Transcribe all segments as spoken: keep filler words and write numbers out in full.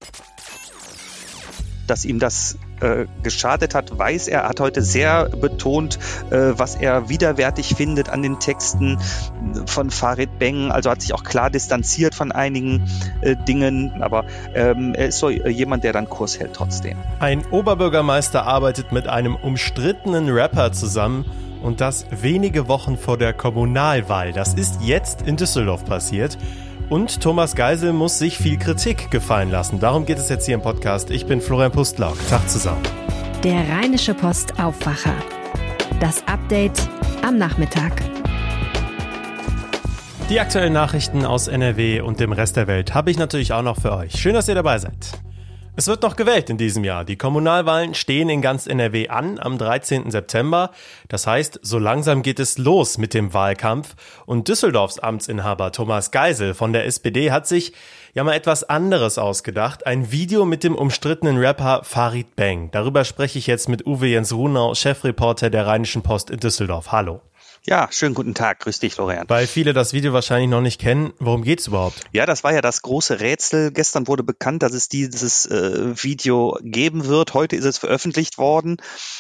Dass ihm das äh, geschadet hat, weiß er. Er hat heute sehr betont, äh, was er widerwärtig findet an den Texten von Farid Beng. Also hat sich auch klar distanziert von einigen äh, Dingen. Aber ähm, er ist so jemand, der dann Kurs hält trotzdem. Ein Oberbürgermeister arbeitet mit einem umstrittenen Rapper zusammen. Und das wenige Wochen vor der Kommunalwahl. Das ist jetzt in Düsseldorf passiert. Und Thomas Geisel muss sich viel Kritik gefallen lassen. Darum geht es jetzt hier im Podcast. Ich bin Florian Pustlauk. Tag zusammen. Der Rheinische Post Aufwacher. Das Update am Nachmittag. Die aktuellen Nachrichten aus N R W und dem Rest der Welt habe ich natürlich auch noch für euch. Schön, dass ihr dabei seid. Es wird noch gewählt in diesem Jahr. Die Kommunalwahlen stehen in ganz N R W an am dreizehnten September. Das heißt, so langsam geht es los mit dem Wahlkampf. Und Düsseldorfs Amtsinhaber Thomas Geisel von der S P D hat sich ja mal etwas anderes ausgedacht. Ein Video mit dem umstrittenen Rapper Farid Beng. Darüber spreche ich jetzt mit Uwe Jens Runau, Chefreporter der Rheinischen Post in Düsseldorf. Hallo. Ja, schönen guten Tag. Grüß dich, Florian. Weil viele das Video wahrscheinlich noch nicht kennen, worum geht's überhaupt? Ja, das war ja das große Rätsel. Gestern wurde bekannt, dass es dieses äh, Video geben wird. Heute ist es veröffentlicht worden.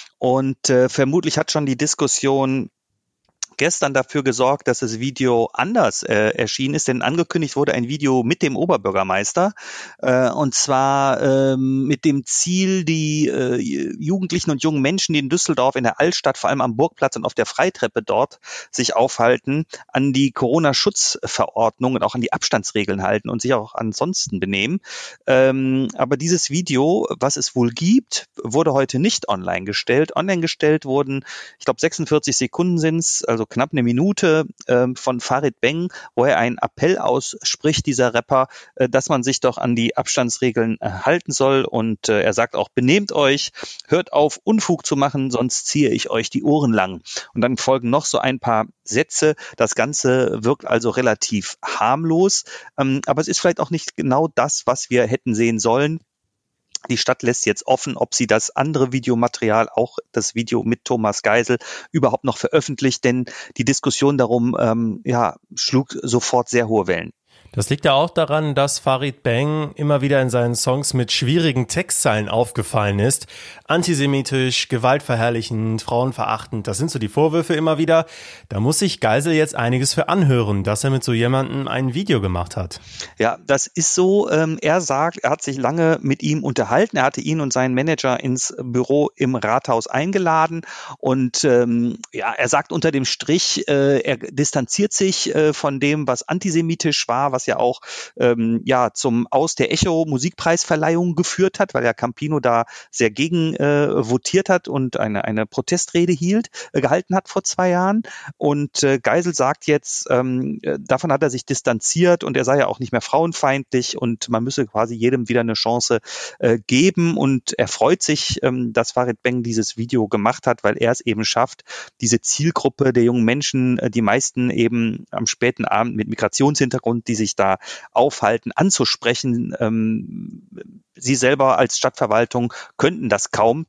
Und äh, vermutlich hat schon die Diskussion gestern dafür gesorgt, dass das Video anders äh, erschienen ist, denn angekündigt wurde ein Video mit dem Oberbürgermeister äh, und zwar ähm, mit dem Ziel, die äh, Jugendlichen und jungen Menschen, die in Düsseldorf in der Altstadt, vor allem am Burgplatz und auf der Freitreppe dort sich aufhalten, an die Corona-Schutzverordnung und auch an die Abstandsregeln halten und sich auch ansonsten benehmen. Ähm, aber dieses Video, was es wohl gibt, wurde heute nicht online gestellt. Online gestellt wurden, ich glaube sechsundvierzig Sekunden sind es, also knapp eine Minute äh, von Farid Beng, wo er einen Appell ausspricht, dieser Rapper, äh, dass man sich doch an die Abstandsregeln äh, halten soll. Und äh, er sagt auch, benehmt euch, hört auf, Unfug zu machen, sonst ziehe ich euch die Ohren lang. Und dann folgen noch so ein paar Sätze. Das Ganze wirkt also relativ harmlos. Ähm, aber es ist vielleicht auch nicht genau das, was wir hätten sehen sollen. Die Stadt lässt jetzt offen, ob sie das andere Videomaterial, auch das Video mit Thomas Geisel, überhaupt noch veröffentlicht, denn die Diskussion darum ähm, ja, schlug sofort sehr hohe Wellen. Das liegt ja auch daran, dass Farid Beng immer wieder in seinen Songs mit schwierigen Textzeilen aufgefallen ist. Antisemitisch, gewaltverherrlichend, frauenverachtend, das sind so die Vorwürfe immer wieder. Da muss sich Geisel jetzt einiges für anhören, dass er mit so jemandem ein Video gemacht hat. Ja, das ist so. Ähm, er sagt, er hat sich lange mit ihm unterhalten. Er hatte ihn und seinen Manager ins Büro im Rathaus eingeladen. Und ähm, ja, er sagt unter dem Strich, äh, er distanziert sich äh, von dem, was antisemitisch war, was ja auch ähm, ja zum Aus der Echo Musikpreisverleihung geführt hat, weil ja Campino da sehr gegen äh, votiert hat und eine eine Protestrede hielt, äh, gehalten hat vor zwei Jahren. Und äh, Geisel sagt jetzt, ähm, davon hat er sich distanziert und er sei ja auch nicht mehr frauenfeindlich und man müsse quasi jedem wieder eine Chance äh, geben. Und er freut sich, ähm, dass Farid Beng dieses Video gemacht hat, weil er es eben schafft, diese Zielgruppe der jungen Menschen, äh, die meisten eben am späten Abend mit Migrationshintergrund, die sich da aufhalten, anzusprechen. Ähm, Sie selber als Stadtverwaltung könnten das kaum.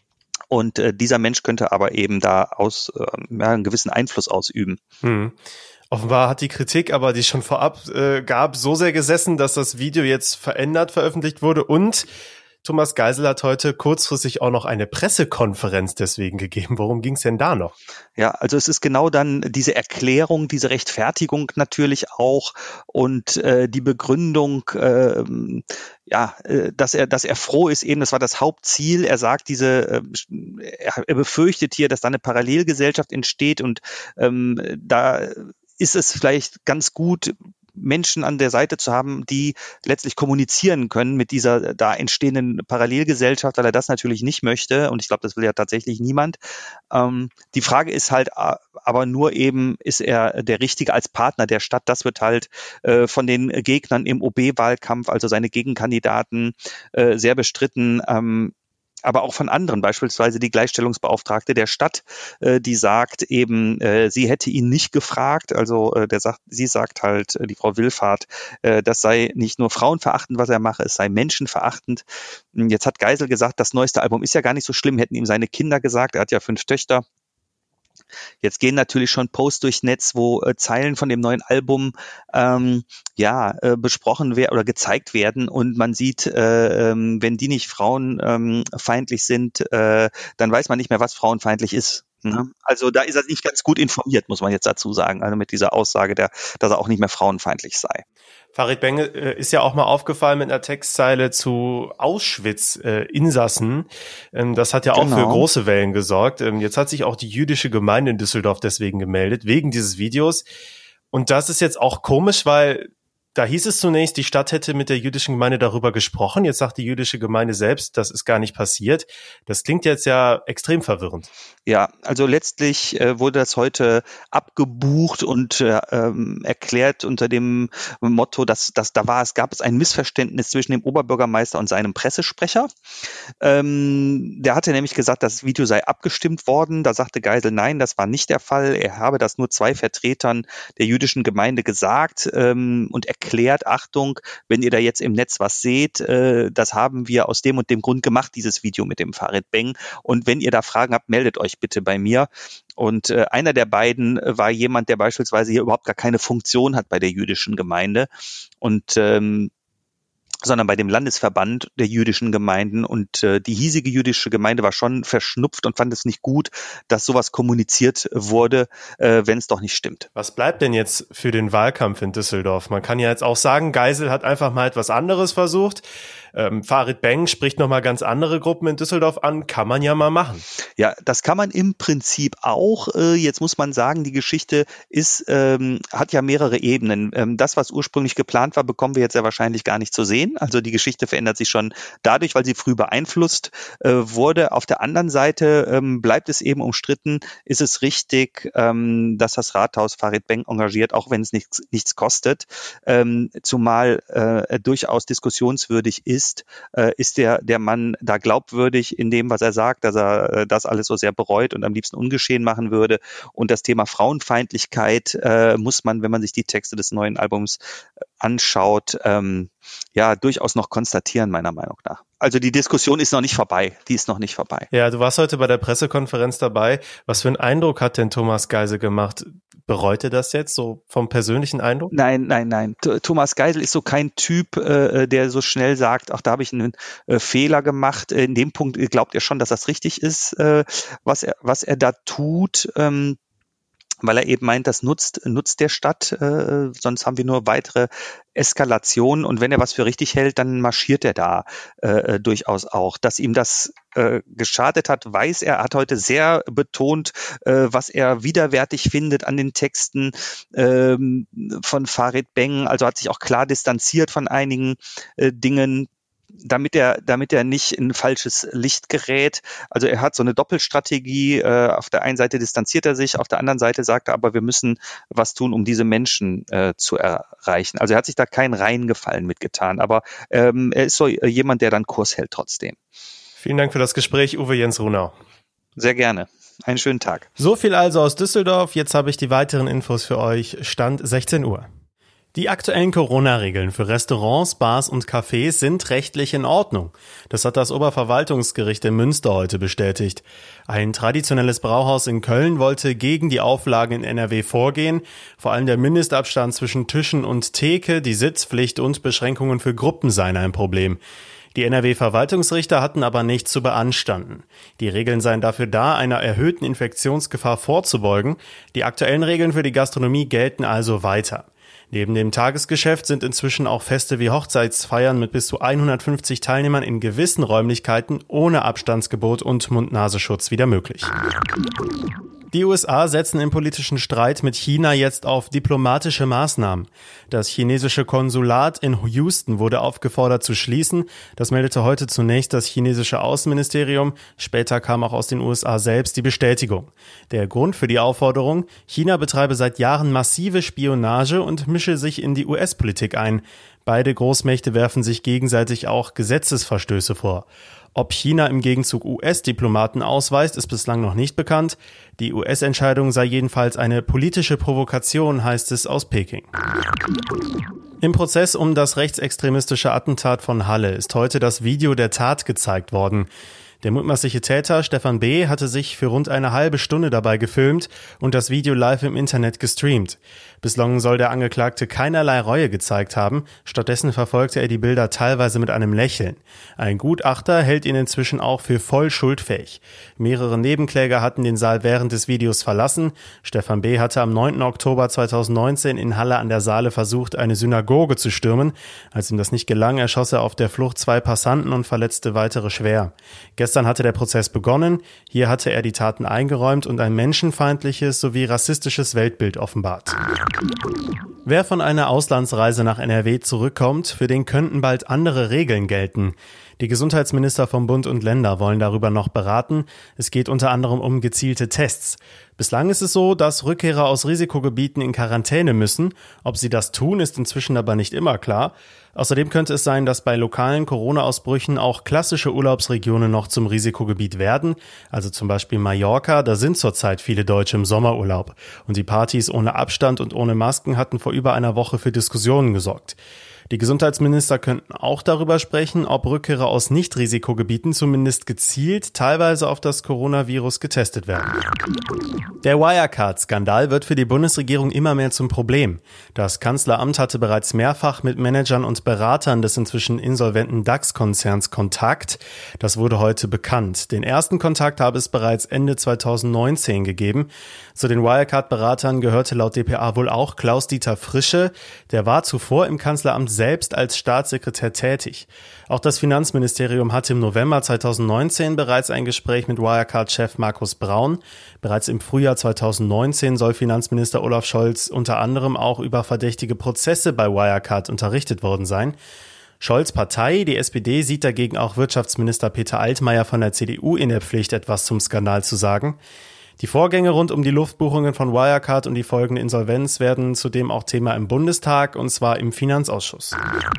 Und äh, dieser Mensch könnte aber eben da aus, äh, ja, einen gewissen Einfluss ausüben. Hm. Offenbar hat die Kritik aber, die es schon vorab äh, gab, so sehr gesessen, dass das Video jetzt verändert veröffentlicht wurde. Und Thomas Geisel hat heute kurzfristig auch noch eine Pressekonferenz deswegen gegeben. Worum ging es denn da noch? Ja, also es ist genau dann diese Erklärung, diese Rechtfertigung natürlich auch und äh, die Begründung, äh, ja, äh, dass er, dass er froh ist, eben, das war das Hauptziel. Er sagt, diese, äh, er, er befürchtet hier, dass da eine Parallelgesellschaft entsteht und ähm, da ist es vielleicht ganz gut, Menschen an der Seite zu haben, die letztlich kommunizieren können mit dieser da entstehenden Parallelgesellschaft, weil er das natürlich nicht möchte. Und ich glaube, das will ja tatsächlich niemand. Ähm, die Frage ist halt aber nur eben, ist er der Richtige als Partner der Stadt? Das wird halt äh, von den Gegnern im O B-Wahlkampf, also seine Gegenkandidaten, äh, sehr bestritten. Ähm, aber auch von anderen, beispielsweise die Gleichstellungsbeauftragte der Stadt, äh, die sagt eben, äh, sie hätte ihn nicht gefragt, also äh, der sagt, sie sagt halt, äh, die Frau Willfahrt, äh, das sei nicht nur frauenverachtend, was er mache, es sei menschenverachtend. Jetzt hat Geisel gesagt, das neueste Album ist ja gar nicht so schlimm, hätten ihm seine Kinder gesagt, er hat ja fünf Töchter. Jetzt gehen natürlich schon Posts durchs Netz, wo äh, Zeilen von dem neuen Album ähm, ja äh, besprochen werden oder gezeigt werden und man sieht, äh, ähm, wenn die nicht frauenfeindlich ähm, sind, äh, dann weiß man nicht mehr, was frauenfeindlich ist. Ne? Also da ist er nicht ganz gut informiert, muss man jetzt dazu sagen, also mit dieser Aussage, der, dass er auch nicht mehr frauenfeindlich sei. Farid Beng äh, ist ja auch mal aufgefallen mit einer Textzeile zu Auschwitz-Insassen. Ähm, das hat ja auch genau. für große Wellen gesorgt. Ähm, jetzt hat sich auch die jüdische Gemeinde in Düsseldorf deswegen gemeldet, wegen dieses Videos. Und das ist jetzt auch komisch, weil da hieß es zunächst, die Stadt hätte mit der jüdischen Gemeinde darüber gesprochen. Jetzt sagt die jüdische Gemeinde selbst, das ist gar nicht passiert. Das klingt jetzt ja extrem verwirrend. Ja, also letztlich äh, wurde das heute abgebucht und äh, ähm, erklärt unter dem Motto, dass, dass da war es, gab es ein Missverständnis zwischen dem Oberbürgermeister und seinem Pressesprecher. Ähm, der hatte nämlich gesagt, das Video sei abgestimmt worden. Da sagte Geisel, nein, das war nicht der Fall. Er habe das nur zwei Vertretern der jüdischen Gemeinde gesagt ähm, und erklärt, Achtung, wenn ihr da jetzt im Netz was seht, äh, das haben wir aus dem und dem Grund gemacht, dieses Video mit dem Farid Beng. Und wenn ihr da Fragen habt, meldet euch bitte bei mir. Und äh, einer der beiden war jemand, der beispielsweise hier überhaupt gar keine Funktion hat bei der jüdischen Gemeinde und ähm, sondern bei dem Landesverband der jüdischen Gemeinden. Und äh, die hiesige jüdische Gemeinde war schon verschnupft und fand es nicht gut, dass sowas kommuniziert wurde, äh, wenn es doch nicht stimmt. Was bleibt denn jetzt für den Wahlkampf in Düsseldorf? Man kann ja jetzt auch sagen, Geisel hat einfach mal etwas anderes versucht. Ähm, Farid Beng spricht nochmal ganz andere Gruppen in Düsseldorf an. Kann man ja mal machen. Ja, das kann man im Prinzip auch. Äh, jetzt muss man sagen, die Geschichte ist, ähm, hat ja mehrere Ebenen. Ähm, das, was ursprünglich geplant war, bekommen wir jetzt ja wahrscheinlich gar nicht zu sehen. Also die Geschichte verändert sich schon dadurch, weil sie früh beeinflusst äh, wurde. Auf der anderen Seite ähm, bleibt es eben umstritten, ist es richtig, ähm, dass das Rathaus Farid Beng engagiert, auch wenn es nichts, nichts kostet, ähm, zumal äh, durchaus diskussionswürdig ist. Ist, äh, ist der, der Mann da glaubwürdig in dem, was er sagt, dass er äh, das alles so sehr bereut und am liebsten ungeschehen machen würde. Und das Thema Frauenfeindlichkeit äh, muss man, wenn man sich die Texte des neuen Albums anschaut, ähm, ja, durchaus noch konstatieren, meiner Meinung nach. Also die Diskussion ist noch nicht vorbei. Die ist noch nicht vorbei. Ja, du warst heute bei der Pressekonferenz dabei. Was für einen Eindruck hat denn Thomas Geisel gemacht? Bereut er das jetzt so vom persönlichen Eindruck? Nein, nein, nein. Thomas Geisel ist so kein Typ, äh, der so schnell sagt, ach, da habe ich einen äh, Fehler gemacht. In dem Punkt glaubt er schon, dass das richtig ist, äh, was er, was er da tut. Ähm, weil er eben meint, das nutzt, nutzt der Stadt, äh, sonst haben wir nur weitere Eskalationen und wenn er was für richtig hält, dann marschiert er da äh, durchaus auch. Dass ihm das äh, geschadet hat, weiß er, er hat heute sehr betont, äh, was er widerwärtig findet an den Texten äh, von Farid Beng, also hat sich auch klar distanziert von einigen äh, Dingen, damit er, damit er nicht in ein falsches Licht gerät. Also er hat so eine Doppelstrategie. Äh, auf der einen Seite distanziert er sich, auf der anderen Seite sagt er aber, wir müssen was tun, um diese Menschen äh, zu erreichen. Also er hat sich da keinen Reingefallen mitgetan, aber ähm, er ist so jemand, der dann Kurs hält trotzdem. Vielen Dank für das Gespräch, Uwe Jens Runau. Sehr gerne. Einen schönen Tag. So viel also aus Düsseldorf. Jetzt habe ich die weiteren Infos für euch. Stand sechzehn Uhr. Die aktuellen Corona-Regeln für Restaurants, Bars und Cafés sind rechtlich in Ordnung. Das hat das Oberverwaltungsgericht in Münster heute bestätigt. Ein traditionelles Brauhaus in Köln wollte gegen die Auflagen in N R W vorgehen. Vor allem der Mindestabstand zwischen Tischen und Theke, die Sitzpflicht und Beschränkungen für Gruppen seien ein Problem. Die N R W-Verwaltungsrichter hatten aber nichts zu beanstanden. Die Regeln seien dafür da, einer erhöhten Infektionsgefahr vorzubeugen. Die aktuellen Regeln für die Gastronomie gelten also weiter. Neben dem Tagesgeschäft sind inzwischen auch Feste wie Hochzeitsfeiern mit bis zu hundertfünfzig Teilnehmern in gewissen Räumlichkeiten ohne Abstandsgebot und Mund-Nasenschutz wieder möglich. Die U S A setzen im politischen Streit mit China jetzt auf diplomatische Maßnahmen. Das chinesische Konsulat in Houston wurde aufgefordert zu schließen. Das meldete heute zunächst das chinesische Außenministerium. Später kam auch aus den U S A selbst die Bestätigung. Der Grund für die Aufforderung: China betreibe seit Jahren massive Spionage und mische sich in die U S-Politik ein. Beide Großmächte werfen sich gegenseitig auch Gesetzesverstöße vor. Ob China im Gegenzug U S-Diplomaten ausweist, ist bislang noch nicht bekannt. Die U S-Entscheidung sei jedenfalls eine politische Provokation, heißt es aus Peking. Im Prozess um das rechtsextremistische Attentat von Halle ist heute das Video der Tat gezeigt worden. Der mutmaßliche Täter, Stefan B., hatte sich für rund eine halbe Stunde dabei gefilmt und das Video live im Internet gestreamt. Bislang soll der Angeklagte keinerlei Reue gezeigt haben, stattdessen verfolgte er die Bilder teilweise mit einem Lächeln. Ein Gutachter hält ihn inzwischen auch für voll schuldfähig. Mehrere Nebenkläger hatten den Saal während des Videos verlassen. Stefan B. hatte am neunten Oktober zweitausendneunzehn in Halle an der Saale versucht, eine Synagoge zu stürmen. Als ihm das nicht gelang, erschoss er auf der Flucht zwei Passanten und verletzte weitere schwer. Gestern hatte der Prozess begonnen. Hier hatte er die Taten eingeräumt und ein menschenfeindliches sowie rassistisches Weltbild offenbart. Wer von einer Auslandsreise nach N R W zurückkommt, für den könnten bald andere Regeln gelten. Die Gesundheitsminister vom Bund und Länder wollen darüber noch beraten. Es geht unter anderem um gezielte Tests. Bislang ist es so, dass Rückkehrer aus Risikogebieten in Quarantäne müssen. Ob sie das tun, ist inzwischen aber nicht immer klar. Außerdem könnte es sein, dass bei lokalen Corona-Ausbrüchen auch klassische Urlaubsregionen noch zum Risikogebiet werden. Also zum Beispiel Mallorca, da sind zurzeit viele Deutsche im Sommerurlaub. Und die Partys ohne Abstand und ohne Masken hatten vor über einer Woche für Diskussionen gesorgt. Die Gesundheitsminister könnten auch darüber sprechen, ob Rückkehrer aus Nicht-Risikogebieten zumindest gezielt teilweise auf das Coronavirus getestet werden. Der Wirecard-Skandal wird für die Bundesregierung immer mehr zum Problem. Das Kanzleramt hatte bereits mehrfach mit Managern und Beratern des inzwischen insolventen DAX-Konzerns Kontakt. Das wurde heute bekannt. Den ersten Kontakt habe es bereits Ende zweitausendneunzehn gegeben. Zu den Wirecard-Beratern gehörte laut D P A wohl auch Klaus-Dieter Fritsche. Der war zuvor im Kanzleramt selbst als Staatssekretär tätig. Auch das Finanzministerium hatte im November zweitausendneunzehn bereits ein Gespräch mit Wirecard-Chef Markus Braun. Bereits im Frühjahr zweitausendneunzehn soll Finanzminister Olaf Scholz unter anderem auch über verdächtige Prozesse bei Wirecard unterrichtet worden sein. Scholz' Partei, die S P D, sieht dagegen auch Wirtschaftsminister Peter Altmaier von der C D U in der Pflicht, etwas zum Skandal zu sagen. Die Vorgänge rund um die Luftbuchungen von Wirecard und die folgende Insolvenz werden zudem auch Thema im Bundestag, und zwar im Finanzausschuss.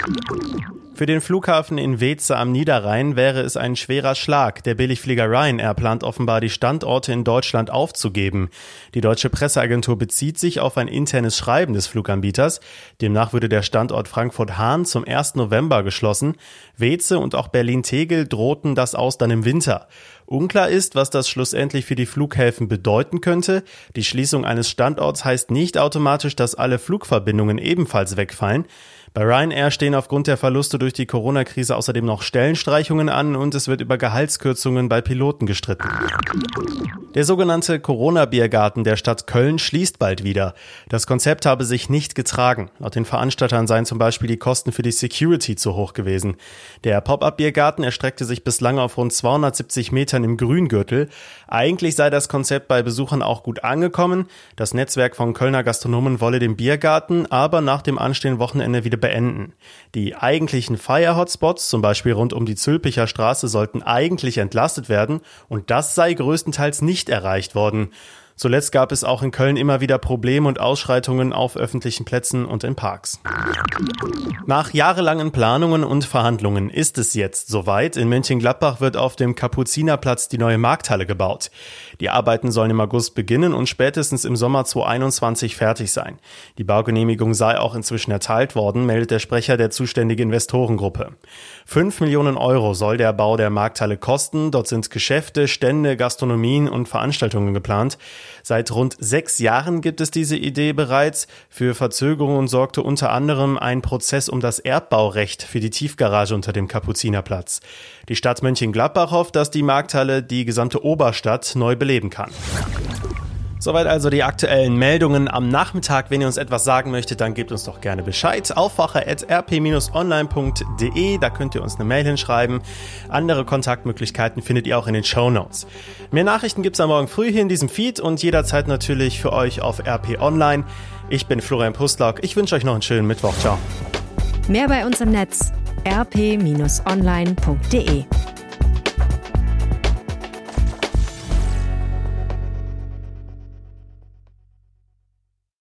Für den Flughafen in Weeze am Niederrhein wäre es ein schwerer Schlag. Der Billigflieger Ryanair plant offenbar, die Standorte in Deutschland aufzugeben. Die deutsche Presseagentur bezieht sich auf ein internes Schreiben des Fluganbieters. Demnach würde der Standort Frankfurt-Hahn zum ersten November geschlossen. Weeze und auch Berlin-Tegel drohten das aus dann im Winter. Unklar ist, was das schlussendlich für die Flughäfen bedeuten könnte. Die Schließung eines Standorts heißt nicht automatisch, dass alle Flugverbindungen ebenfalls wegfallen. Bei Ryanair stehen aufgrund der Verluste durch die Corona-Krise außerdem noch Stellenstreichungen an und es wird über Gehaltskürzungen bei Piloten gestritten. Der sogenannte Corona-Biergarten der Stadt Köln schließt bald wieder. Das Konzept habe sich nicht getragen. Laut den Veranstaltern seien zum Beispiel die Kosten für die Security zu hoch gewesen. Der Pop-up-Biergarten erstreckte sich bislang auf rund zweihundertsiebzig Metern im Grüngürtel. Eigentlich sei das Konzept bei Besuchern auch gut angekommen. Das Netzwerk von Kölner Gastronomen wolle den Biergarten aber nach dem anstehenden Wochenende wieder beenden. Die eigentlichen Feier-Hotspots, zum Beispiel rund um die Zülpicher Straße, sollten eigentlich entlastet werden und das sei größtenteils nicht erreicht worden. Zuletzt gab es auch in Köln immer wieder Probleme und Ausschreitungen auf öffentlichen Plätzen und in Parks. Nach jahrelangen Planungen und Verhandlungen ist es jetzt soweit. In Mönchengladbach wird auf dem Kapuzinerplatz die neue Markthalle gebaut. Die Arbeiten sollen im August beginnen und spätestens im Sommer zweitausendeinundzwanzig fertig sein. Die Baugenehmigung sei auch inzwischen erteilt worden, meldet der Sprecher der zuständigen Investorengruppe. Fünf Millionen Euro soll der Bau der Markthalle kosten. Dort sind Geschäfte, Stände, Gastronomien und Veranstaltungen geplant. Seit rund sechs Jahren gibt es diese Idee bereits. Für Verzögerungen sorgte unter anderem ein Prozess um das Erbbaurecht für die Tiefgarage unter dem Kapuzinerplatz. Die Stadt Mönchengladbach hofft, dass die Markthalle die gesamte Oberstadt neu beleben kann. Soweit also die aktuellen Meldungen am Nachmittag. Wenn ihr uns etwas sagen möchtet, dann gebt uns doch gerne Bescheid. Aufwacher at r p online punkt d e, da könnt ihr uns eine Mail hinschreiben. Andere Kontaktmöglichkeiten findet ihr auch in den Shownotes. Mehr Nachrichten gibt's am Morgen früh hier in diesem Feed und jederzeit natürlich für euch auf R P Online. Ich bin Florian Pustlauk. Ich wünsche euch noch einen schönen Mittwoch. Ciao. Mehr bei uns im Netz r p online punkt d e.